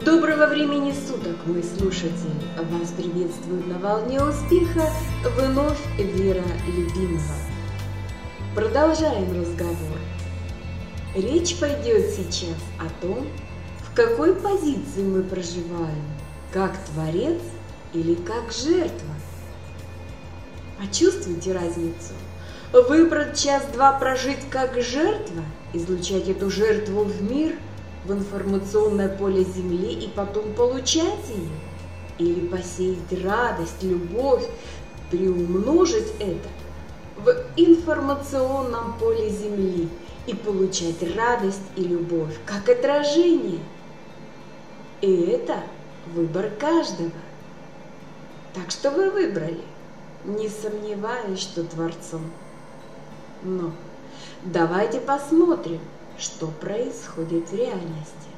Доброго времени суток, мой слушатель! Вас приветствует на волне успеха вновь Вера Любимова. Продолжаем разговор. Речь пойдет сейчас о том, в какой позиции мы проживаем, как творец или как жертва. Почувствуйте разницу. Выбрать час-два прожить как жертва, излучать эту жертву в мир, в информационное поле Земли и потом получать ее? Или посеять радость, любовь, приумножить это в информационном поле Земли и получать радость и любовь как отражение? И это выбор каждого. Так что вы выбрали, не сомневаюсь, что Творцом. Но давайте посмотрим, что происходит в реальности.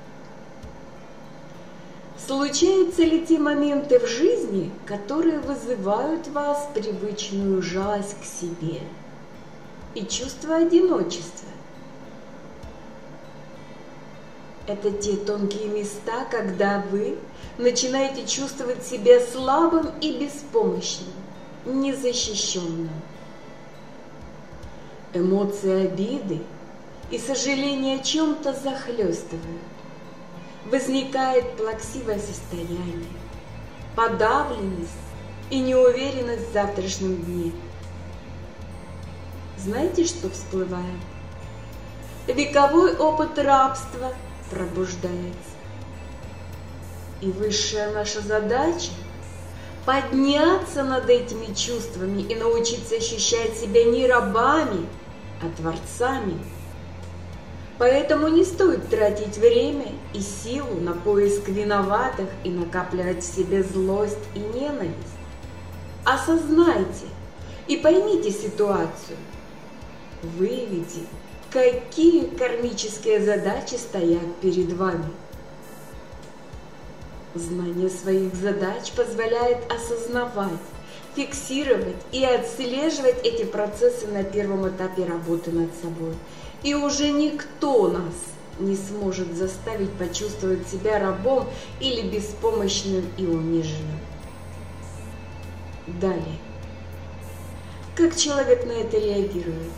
Случаются ли те моменты в жизни, которые вызывают в вас привычную жалость к себе и чувство одиночества? Это те тонкие места, когда вы начинаете чувствовать себя слабым и беспомощным, незащищенным. Эмоции обиды и сожаление о чем-то захлестывают. Возникает плаксивое состояние, подавленность и неуверенность в завтрашнем дне. Знаете, что всплывает? Вековой опыт рабства пробуждается. И высшая наша задача – подняться над этими чувствами и научиться ощущать себя не рабами, а творцами. Поэтому не стоит тратить время и силу на поиск виноватых и накапливать в себе злость и ненависть. Осознайте и поймите ситуацию. Выявите, какие кармические задачи стоят перед вами. Знание своих задач позволяет осознавать, фиксировать и отслеживать эти процессы на первом этапе работы над собой. И уже никто нас не сможет заставить почувствовать себя рабом или беспомощным и униженным. Далее. Как человек на это реагирует?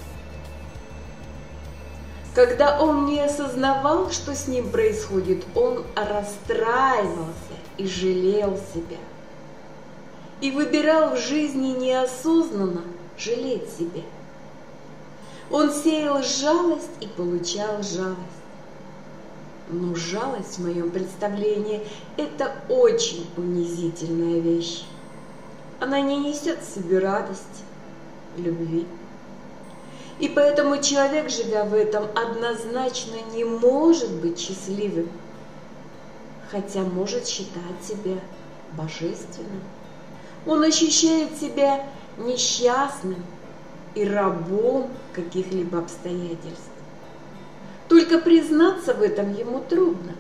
Когда он не осознавал, что с ним происходит, он расстраивался и жалел себя. И выбирал в жизни неосознанно жалеть себя. Он сеял жалость и получал жалость. Но жалость, в моем представлении, это очень унизительная вещь. Она не несет в себе радости, любви. И поэтому человек, живя в этом, однозначно не может быть счастливым, хотя может считать себя божественным. Он ощущает себя несчастным и рабом каких-либо обстоятельств. Только признаться в этом ему трудно.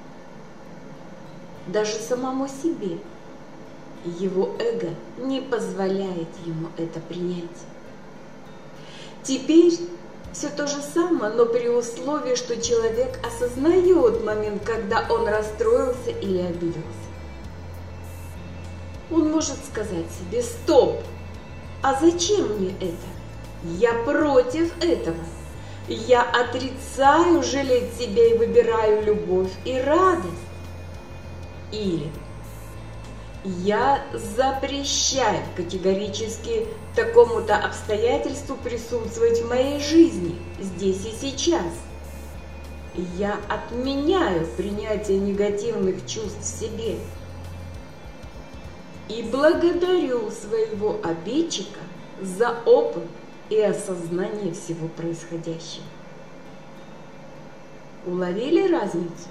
Даже самому себе. Его эго не позволяет ему это принять. Теперь все то же самое, но при условии, что человек осознает момент, когда он расстроился или обиделся. Он может сказать себе: стоп, а зачем мне это? Я против этого. Я отрицаю жалеть себя и выбираю любовь и радость. Или я запрещаю категорически такому-то обстоятельству присутствовать в моей жизни здесь и сейчас. Я отменяю принятие негативных чувств в себе и благодарю своего обидчика за опыт и осознание всего происходящего. Уловили разницу?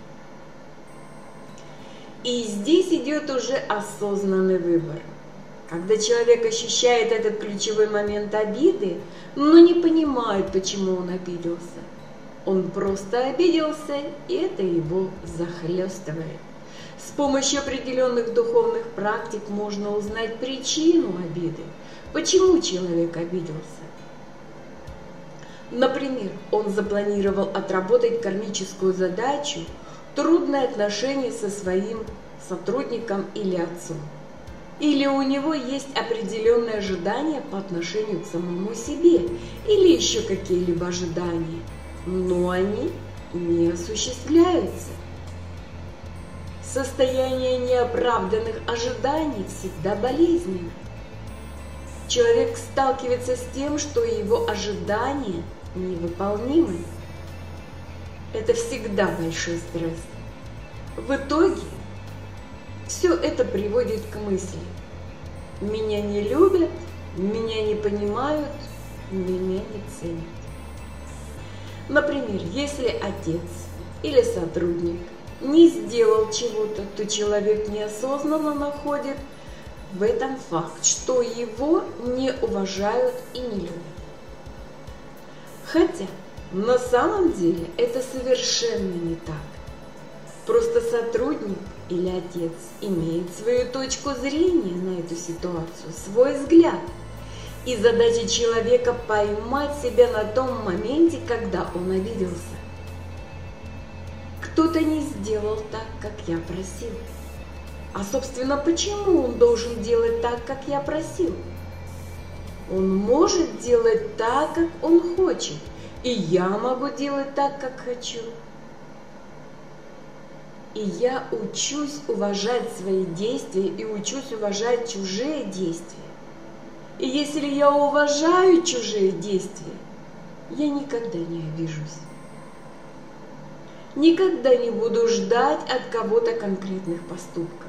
И здесь идет уже осознанный выбор. Когда человек ощущает этот ключевой момент обиды, но не понимает, почему он обиделся. Он просто обиделся, и это его захлестывает. С помощью определенных духовных практик можно узнать причину обиды, почему человек обиделся. Например, он запланировал отработать кармическую задачу, трудные отношения со своим сотрудником или отцом. Или у него есть определенные ожидания по отношению к самому себе, или еще какие-либо ожидания, но они не осуществляются. Состояние неоправданных ожиданий всегда болезненно. Человек сталкивается с тем, что его ожидания невыполнимы. Это всегда большой стресс. В итоге все это приводит к мысли: меня не любят, меня не понимают, меня не ценят. Например, если отец или сотрудник не сделал чего-то, то человек неосознанно находит в этом факт, что его не уважают и не любят. Хотя на самом деле это совершенно не так. Просто сотрудник или отец имеет свою точку зрения на эту ситуацию, свой взгляд. И задача человека поймать себя на том моменте, когда он обиделся. Кто-то не сделал так, как я просил. А собственно, почему он должен делать так, как я просил? Он может делать так, как он хочет, и я могу делать так, как хочу. И я учусь уважать свои действия и учусь уважать чужие действия. И если я уважаю чужие действия, я никогда не обижусь. Никогда не буду ждать от кого-то конкретных поступков.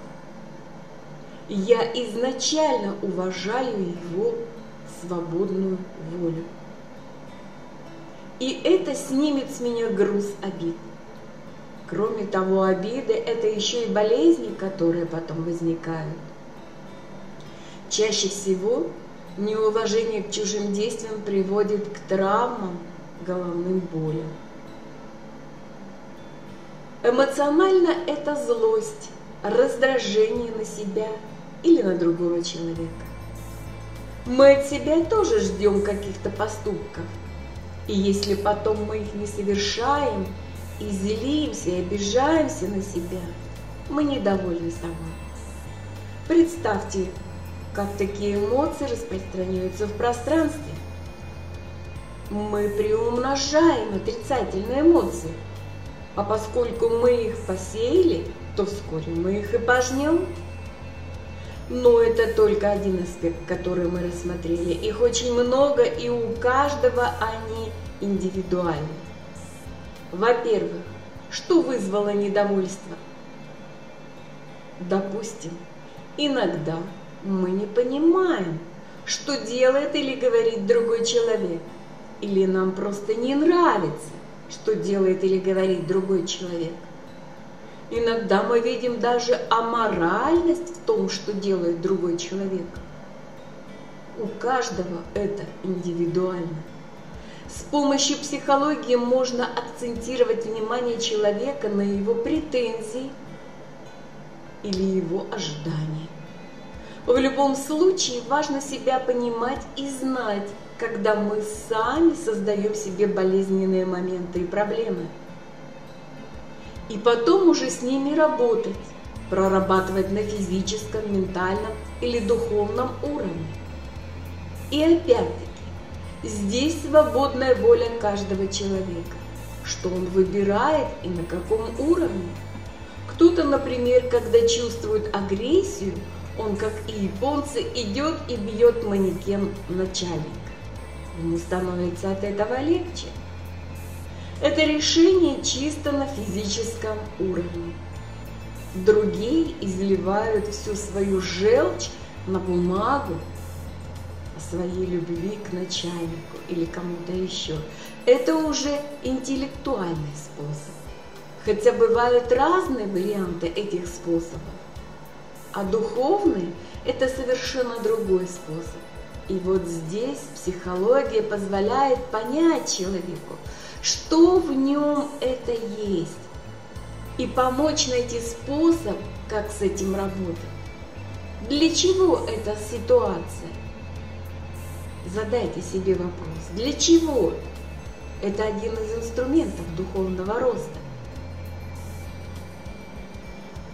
Я изначально уважаю его свободную волю. И это снимет с меня груз обид. Кроме того, обиды – это еще и болезни, которые потом возникают. Чаще всего неуважение к чужим действиям приводит к травмам, головным болям. Эмоционально это злость, раздражение на себя или на другого человека. Мы от себя тоже ждем каких-то поступков. И если потом мы их не совершаем, и злимся, и обижаемся на себя, мы недовольны собой. Представьте, как такие эмоции распространяются в пространстве. Мы приумножаем отрицательные эмоции, а поскольку мы их посеяли, то вскоре мы их и пожнем. Но это только один аспект, который мы рассмотрели. Их очень много, и у каждого они индивидуальны. Во-первых, что вызвало недовольство? Допустим, иногда мы не понимаем, что делает или говорит другой человек, или нам просто не нравится, что делает или говорит другой человек. Иногда мы видим даже аморальность в том, что делает другой человек. У каждого это индивидуально. С помощью психологии можно акцентировать внимание человека на его претензии или его ожидания. В любом случае важно себя понимать и знать, когда мы сами создаем себе болезненные моменты и проблемы. И потом уже с ними работать, прорабатывать на физическом, ментальном или духовном уровне. И опять-таки, здесь свободная воля каждого человека, что он выбирает и на каком уровне. Кто-то, например, когда чувствует агрессию, он, как и японцы, идет и бьет манекен начальника. Ему становится от этого легче. Это решение чисто на физическом уровне. Другие изливают всю свою желчь на бумагу о своей любви к начальнику или кому-то еще. Это уже интеллектуальный способ. Хотя бывают разные варианты этих способов. А духовный – это совершенно другой способ. И вот здесь психология позволяет понять человеку, что в нем это есть, и помочь найти способ, как с этим работать. Для чего эта ситуация? Задайте себе вопрос, для чего? Это один из инструментов духовного роста.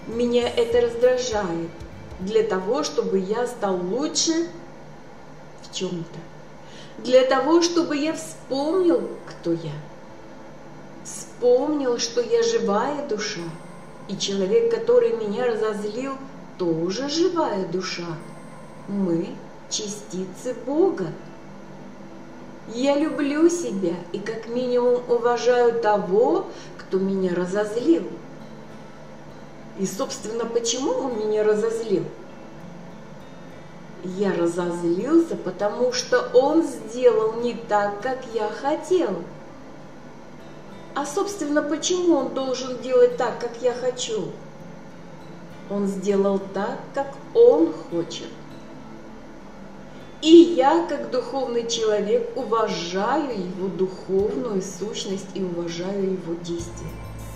Меня это раздражает для того, чтобы я стал лучше в чем-то. Для того, чтобы я вспомнил, кто я. Вспомнил, что я живая душа. И человек, который меня разозлил, тоже живая душа. Мы частицы Бога. Я люблю себя и как минимум уважаю того, кто меня разозлил. И, собственно, почему он меня разозлил? Я разозлился, потому что он сделал не так, как я хотел. А, собственно, почему он должен делать так, как я хочу? Он сделал так, как он хочет. И я, как духовный человек, уважаю его духовную сущность и уважаю его действия.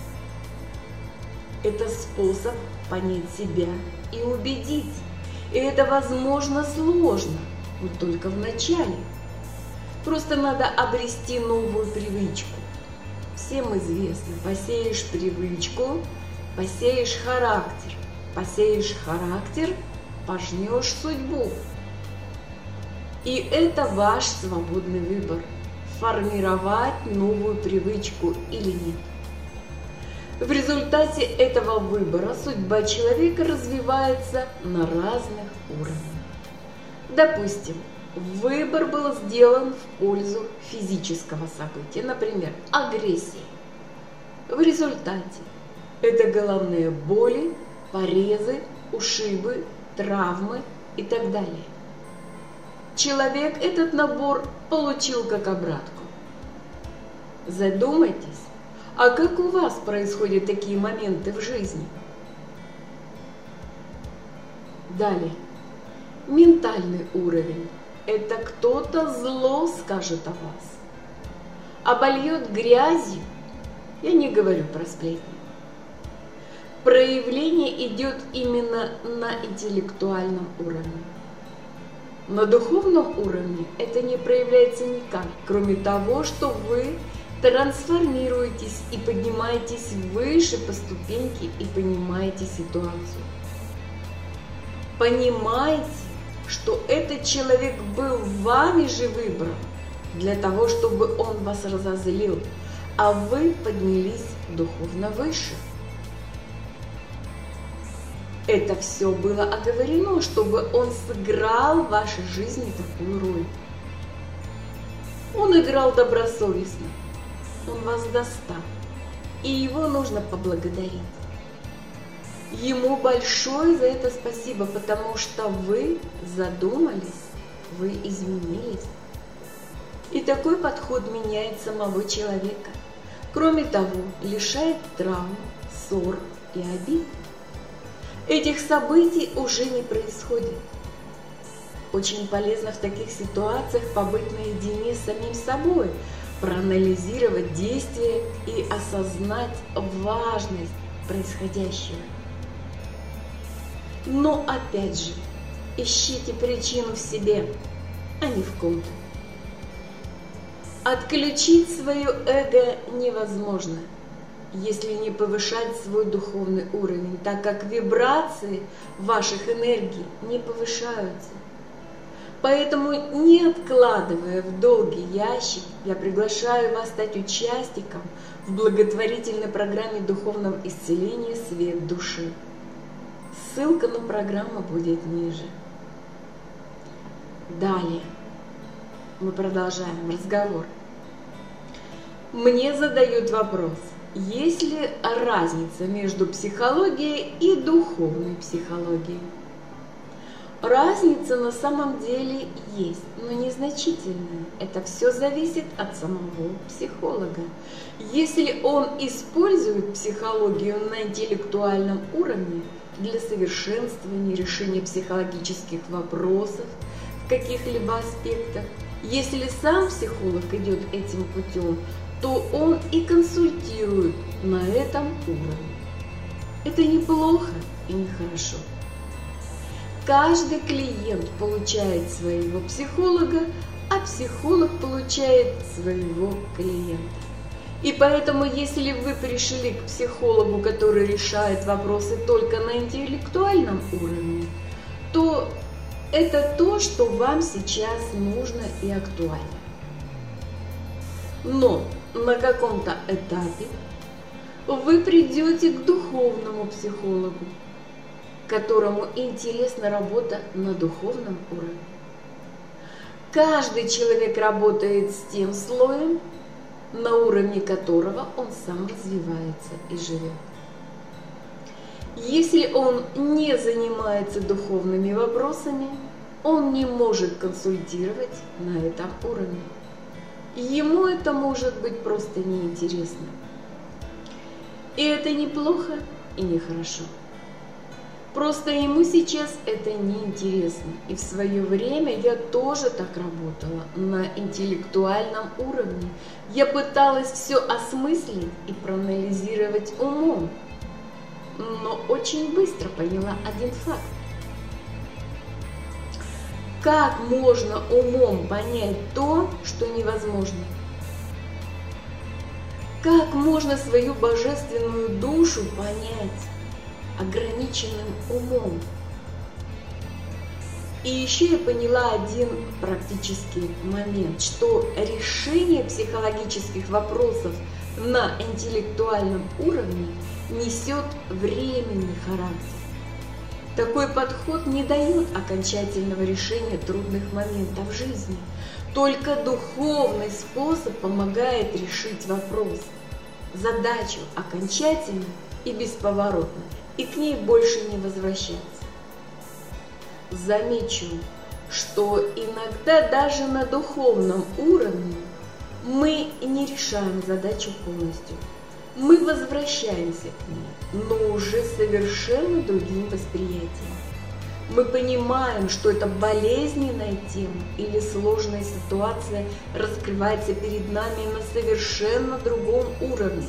Это способ понять себя и убедить. И это, возможно, сложно, но только в начале. Просто надо обрести новую привычку. Всем известно, посеешь привычку, посеешь характер. Посеешь характер, пожнешь судьбу. И это ваш свободный выбор – формировать новую привычку или нет. В результате этого выбора судьба человека развивается на разных уровнях. Допустим, выбор был сделан в пользу физического события, например, агрессии. В результате это головные боли, порезы, ушибы, травмы и так далее. Человек этот набор получил как обратку. Задумайтесь, а как у вас происходят такие моменты в жизни? Далее. Ментальный уровень. Это кто-то зло скажет о вас. Обольет грязью. Я не говорю про сплетни. Проявление идет именно на интеллектуальном уровне. На духовном уровне это не проявляется никак, кроме того, что вы трансформируетесь и поднимаетесь выше по ступеньке и понимаете ситуацию. Понимаете, что этот человек был вами же выбран для того, чтобы он вас разозлил, а вы поднялись духовно выше. Это все было оговорено, чтобы он сыграл в вашей жизни такую роль. Он играл добросовестно, он вас достал, и его нужно поблагодарить. Ему большое за это спасибо, потому что вы задумались, вы изменились. И такой подход меняет самого человека. Кроме того, лишает травм, ссор и обид. Этих событий уже не происходит. Очень полезно в таких ситуациях побыть наедине с самим собой, проанализировать действия и осознать важность происходящего. Но опять же, ищите причину в себе, а не в ком-то. Отключить свое эго невозможно, если не повышать свой духовный уровень, так как вибрации ваших энергий не повышаются. Поэтому, не откладывая в долгий ящик, я приглашаю вас стать участником в благотворительной программе духовного исцеления «Свет души». Ссылка на программу будет ниже. Далее мы продолжаем разговор. Мне задают вопрос, есть ли разница между психологией и духовной психологией? Разница на самом деле есть, но незначительная. Это все зависит от самого психолога. Если он использует психологию на интеллектуальном уровне для совершенствования решения психологических вопросов в каких-либо аспектах, если сам психолог идет этим путем, то он и консультирует на этом уровне. Это неплохо и нехорошо. Каждый клиент получает своего психолога, а психолог получает своего клиента. И поэтому, если вы пришли к психологу, который решает вопросы только на интеллектуальном уровне, то это то, что вам сейчас нужно и актуально. Но на каком-то этапе вы придете к духовному психологу, которому интересна работа на духовном уровне. Каждый человек работает с тем слоем, на уровне которого он сам развивается и живет. Если он не занимается духовными вопросами, он не может консультировать на этом уровне. Ему это может быть просто неинтересно. И это не плохо и не хорошо. Просто ему сейчас это неинтересно. И в свое время я тоже так работала на интеллектуальном уровне. Я пыталась все осмыслить и проанализировать умом. Но очень быстро поняла один факт. Как можно умом понять то, что невозможно? Как можно свою божественную душу понять ограниченным умом? И еще я поняла один практический момент, что решение психологических вопросов на интеллектуальном уровне несет временный характер. Такой подход не дает окончательного решения трудных моментов в жизни. Только духовный способ помогает решить вопрос, задачу окончательно и бесповоротно, и к ней больше не возвращаться. Замечу, что иногда даже на духовном уровне мы не решаем задачу полностью. Мы возвращаемся к ней, но уже совершенно другим восприятием. Мы понимаем, что это болезненная тема или сложная ситуация раскрывается перед нами на совершенно другом уровне.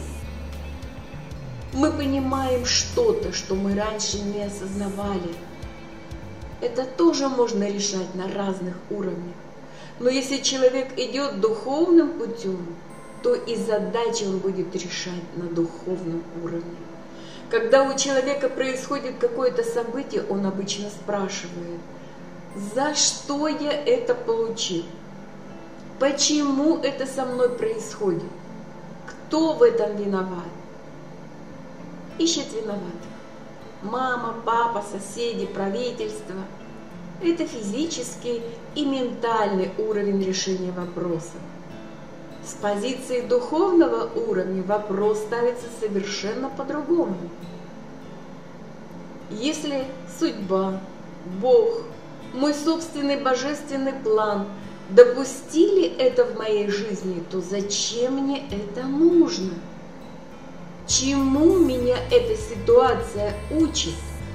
Мы понимаем что-то, что мы раньше не осознавали. Это тоже можно решать на разных уровнях. Но если человек идет духовным путем, то и задачи он будет решать на духовном уровне. Когда у человека происходит какое-то событие, он обычно спрашивает: за что я это получил? Почему это со мной происходит? Кто в этом виноват? Ищет виноватых. Мама, папа, соседи, правительство. Это физический и ментальный уровень решения вопроса. С позиции духовного уровня вопрос ставится совершенно по-другому. Если судьба, Бог, мой собственный божественный план допустили это в моей жизни, то зачем мне это нужно? Чему меня эта ситуация учит?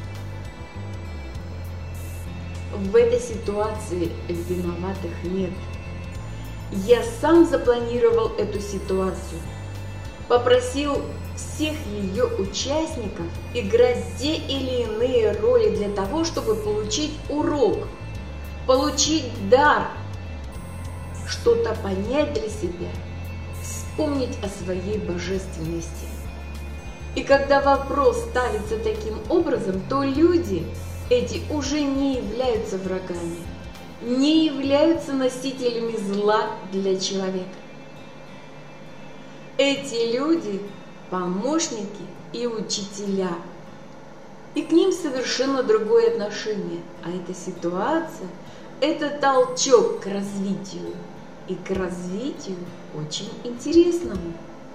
В этой ситуации виноватых нет. Я сам запланировал эту ситуацию, попросил всех ее участников играть те или иные роли для того, чтобы получить урок, получить дар, что-то понять для себя, вспомнить о своей божественности. И когда вопрос ставится таким образом, то люди эти уже не являются врагами, не являются носителями зла для человека. Эти люди – помощники и учителя. И к ним совершенно другое отношение. А эта ситуация – это толчок к развитию. И к развитию очень интересному.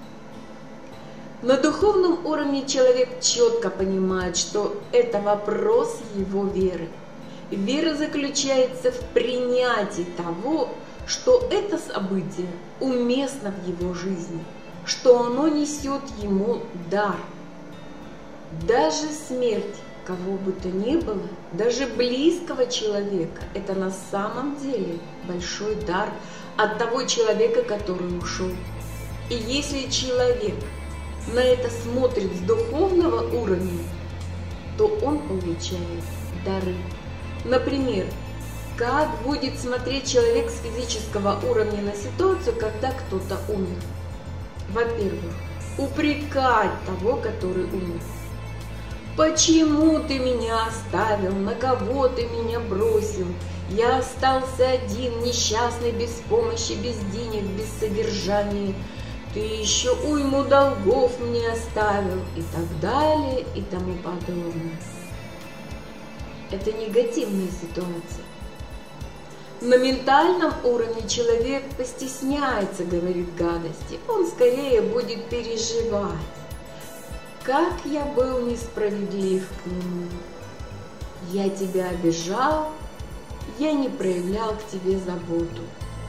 На духовном уровне человек четко понимает, что это вопрос его веры. Вера заключается в принятии того, что это событие уместно в его жизни, что оно несет ему дар. Даже смерть кого бы то ни было, даже близкого человека, это на самом деле большой дар от того человека, который ушел. И если человек на это смотрит с духовного уровня, то он получает дары. Например, как будет смотреть человек с физического уровня на ситуацию, когда кто-то умер? Во-первых, упрекать того, который умер. Почему ты меня оставил? На кого ты меня бросил? Я остался один, несчастный, без помощи, без денег, без содержания. Ты еще уйму долгов мне оставил, и так далее, и тому подобное. Это негативная ситуация. На ментальном уровне человек постесняется говорить гадости, он скорее будет переживать. Как я был несправедлив к нему. Я тебя обижал, я не проявлял к тебе заботу.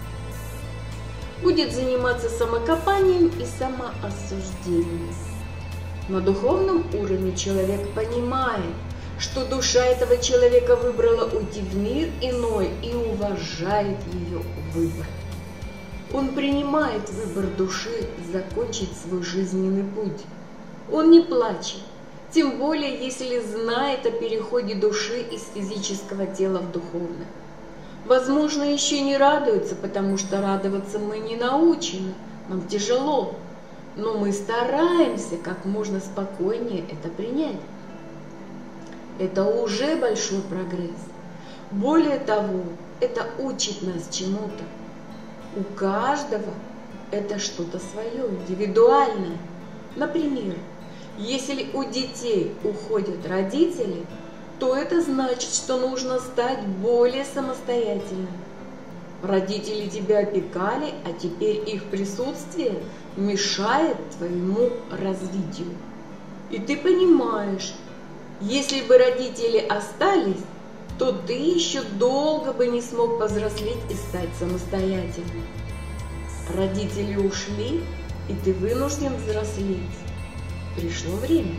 Будет заниматься самокопанием и самоосуждением. На духовном уровне человек понимает, что душа этого человека выбрала уйти в мир иной и уважает ее выбор. Он принимает выбор души закончить свой жизненный путь. Он не плачет, тем более если знает о переходе души из физического тела в духовное. Возможно, еще не радуется, потому что радоваться мы не научены, нам тяжело, но мы стараемся как можно спокойнее это принять. Это уже большой прогресс. Более того, это учит нас чему-то. У каждого это что-то свое, индивидуальное. Например, если у детей уходят родители, то это значит, что нужно стать более самостоятельным. Родители тебя опекали, а теперь их присутствие мешает твоему развитию. И ты понимаешь, если бы родители остались, то ты еще долго бы не смог повзрослеть и стать самостоятельным. Родители ушли, и ты вынужден взрослеть. Пришло время.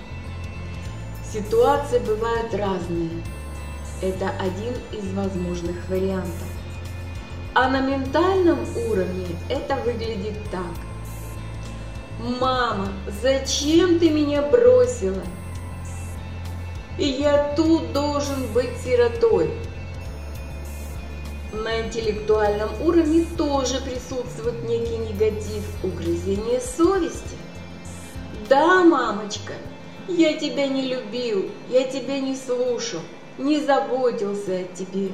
Ситуации бывают разные. Это один из возможных вариантов. А на ментальном уровне это выглядит так. Мама, зачем ты меня бросила? И я тут должен быть сиротой. На интеллектуальном уровне тоже присутствует некий негатив, угрызение совести. Да, мамочка, я тебя не любил, я тебя не слушал, не заботился о тебе.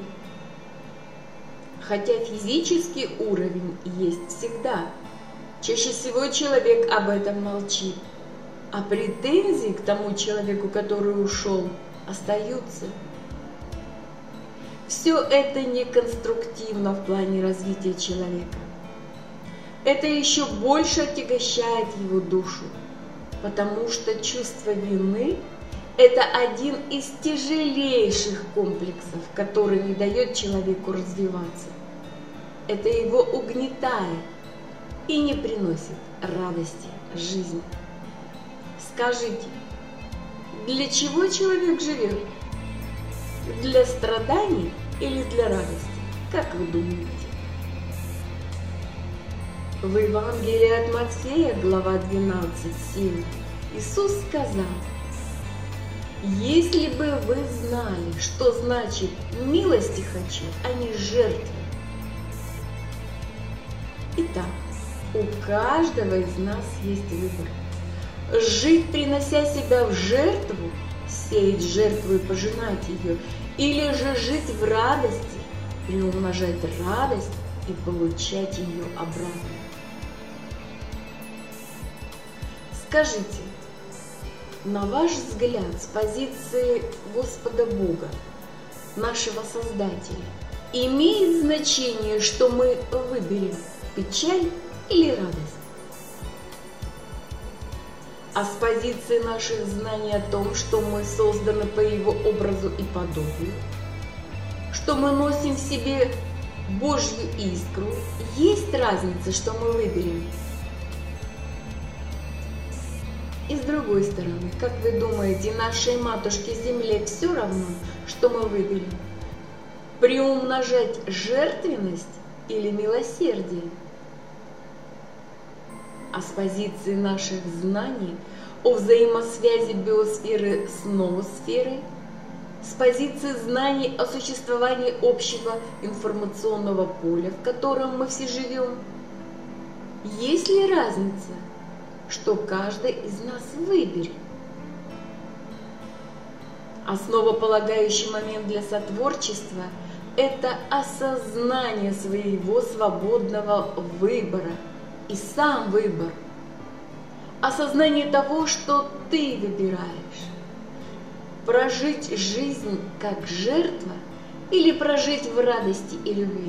Хотя физический уровень есть всегда. Чаще всего человек об этом молчит. А претензии к тому человеку, который ушел, остаются. Все это неконструктивно в плане развития человека. Это еще больше отягощает его душу, потому что чувство вины – это один из тяжелейших комплексов, который не дает человеку развиваться. Это его угнетает и не приносит радости жизни. Скажите, для чего человек живет? Для страданий или для радости? Как вы думаете? В Евангелии от Матфея, глава 12:7, Иисус сказал: «Если бы вы знали, что значит милости хочу, а не жертвы». Итак, у каждого из нас есть выбор. Жить, принося себя в жертву, сеять жертву и пожинать ее, или же жить в радости, приумножать радость и получать ее обратно. Скажите, на ваш взгляд, с позиции Господа Бога, нашего Создателя, имеет значение, что мы выберем печаль или радость? А с позиции наших знаний о том, что мы созданы по Его образу и подобию, что мы носим в себе Божью искру, есть разница, что мы выберем? И с другой стороны, как вы думаете, нашей матушке Земле все равно, что мы выберем? Приумножать жертвенность или милосердие? А с позиции наших знаний о взаимосвязи биосферы с ноосферой, с позиции знаний о существовании общего информационного поля, в котором мы все живем, Есть ли разница, что каждый из нас выберет? Основополагающий момент для сотворчества – это осознание своего свободного выбора и сам выбор. Осознание того, что ты выбираешь. Прожить жизнь как жертва или прожить в радости и любви.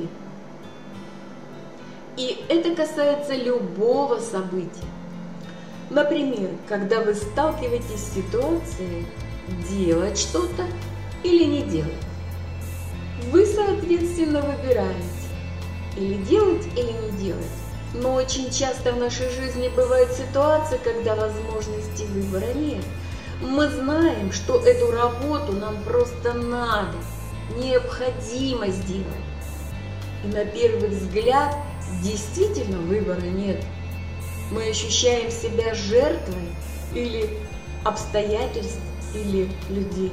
И это касается любого события. Например, когда вы сталкиваетесь с ситуацией делать что-то или не делать. Вы, соответственно, выбираете или делать, или не делать. Но очень часто в нашей жизни бывают ситуации, когда возможности выбора нет. Мы знаем, что эту работу нам просто надо, необходимо сделать. И на первый взгляд действительно выбора нет. Мы ощущаем себя жертвой или обстоятельств, или людей.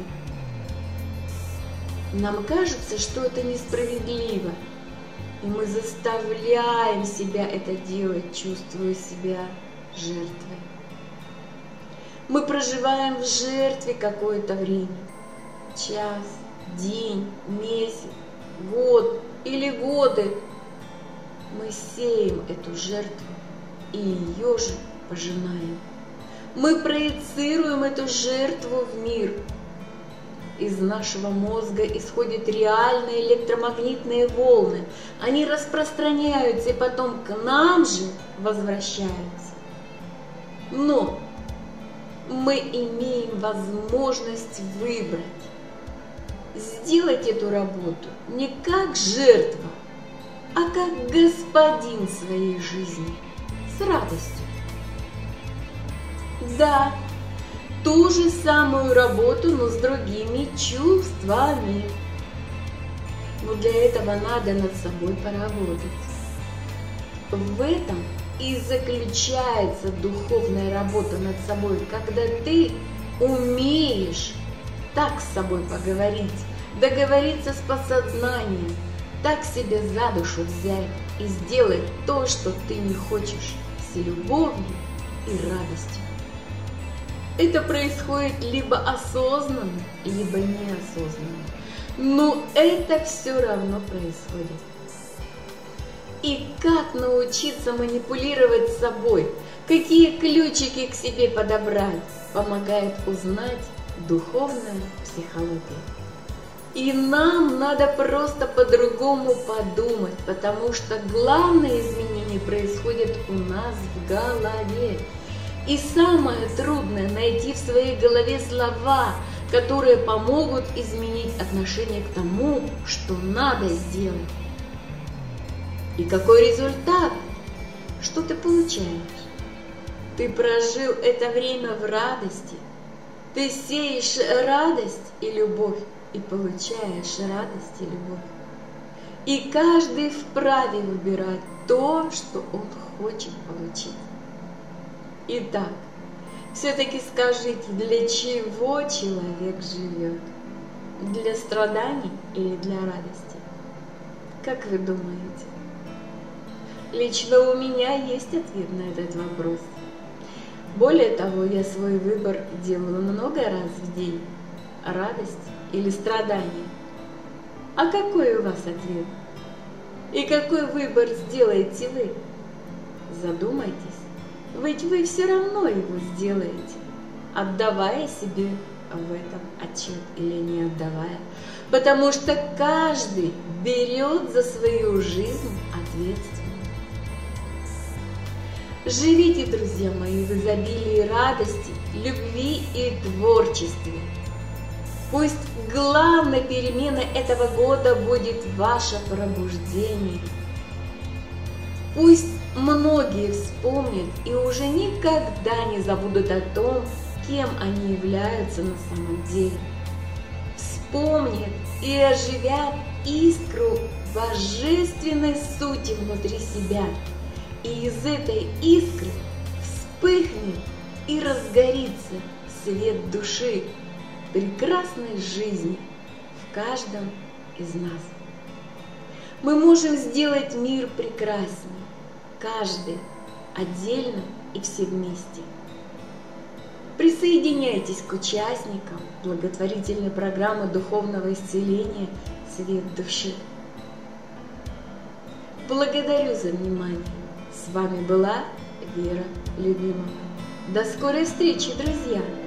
Нам кажется, что это несправедливо, и мы заставляем себя это делать, чувствуя себя жертвой. Мы проживаем в жертве какое-то время, час, день, месяц, год или годы. Мы сеем эту жертву и ее же пожинаем. Мы проецируем эту жертву в мир. Из нашего мозга исходят реальные электромагнитные волны. Они распространяются и потом к нам же возвращаются. Но мы имеем возможность выбрать, сделать эту работу не как жертва, а как господин своей жизни, с радостью. Да, ту же самую работу, но с другими чувствами. Но для этого надо над собой поработать. В этом и заключается духовная работа над собой, когда ты умеешь так с собой поговорить, договориться с подсознанием, так себя за душу взять и сделать то, что ты не хочешь, с любовью и радостью. Это происходит либо осознанно, либо неосознанно. Но это все равно происходит. И как научиться манипулировать собой, какие ключики к себе подобрать, помогает узнать духовная психология. И нам надо просто по-другому подумать, потому что главные изменения происходят у нас в голове. И самое трудное – найти в своей голове слова, которые помогут изменить отношение к тому, что надо сделать. И какой результат? Что ты получаешь? Ты прожил это время в радости. Ты сеешь радость и любовь, и получаешь радость и любовь. И каждый вправе выбирать то, что он хочет получить. Итак, все-таки скажите, для чего человек живет? Для страданий или для радости? Как вы думаете? Лично у меня есть ответ на этот вопрос. Более того, я свой выбор делаю много раз в день. Радость или страдание? А какой у вас ответ? И какой выбор сделаете вы? Задумайтесь. Ведь вы все равно его сделаете, отдавая себе в этом отчет или не отдавая. Потому что каждый берет за свою жизнь ответственность. Живите, друзья мои, в изобилии радости, любви и творчестве. Пусть главной переменой этого года будет ваше пробуждение. Пусть многие вспомнят и уже никогда не забудут о том, кем они являются на самом деле. Вспомнят и оживят искру божественной сути внутри себя. И из этой искры вспыхнет и разгорится свет души прекрасной жизни в каждом из нас. Мы можем сделать мир прекраснее, каждый отдельно и все вместе. Присоединяйтесь к участникам благотворительной программы духовного исцеления «Свет души». Благодарю за внимание. С вами была Вера Любимова. До скорой встречи, друзья!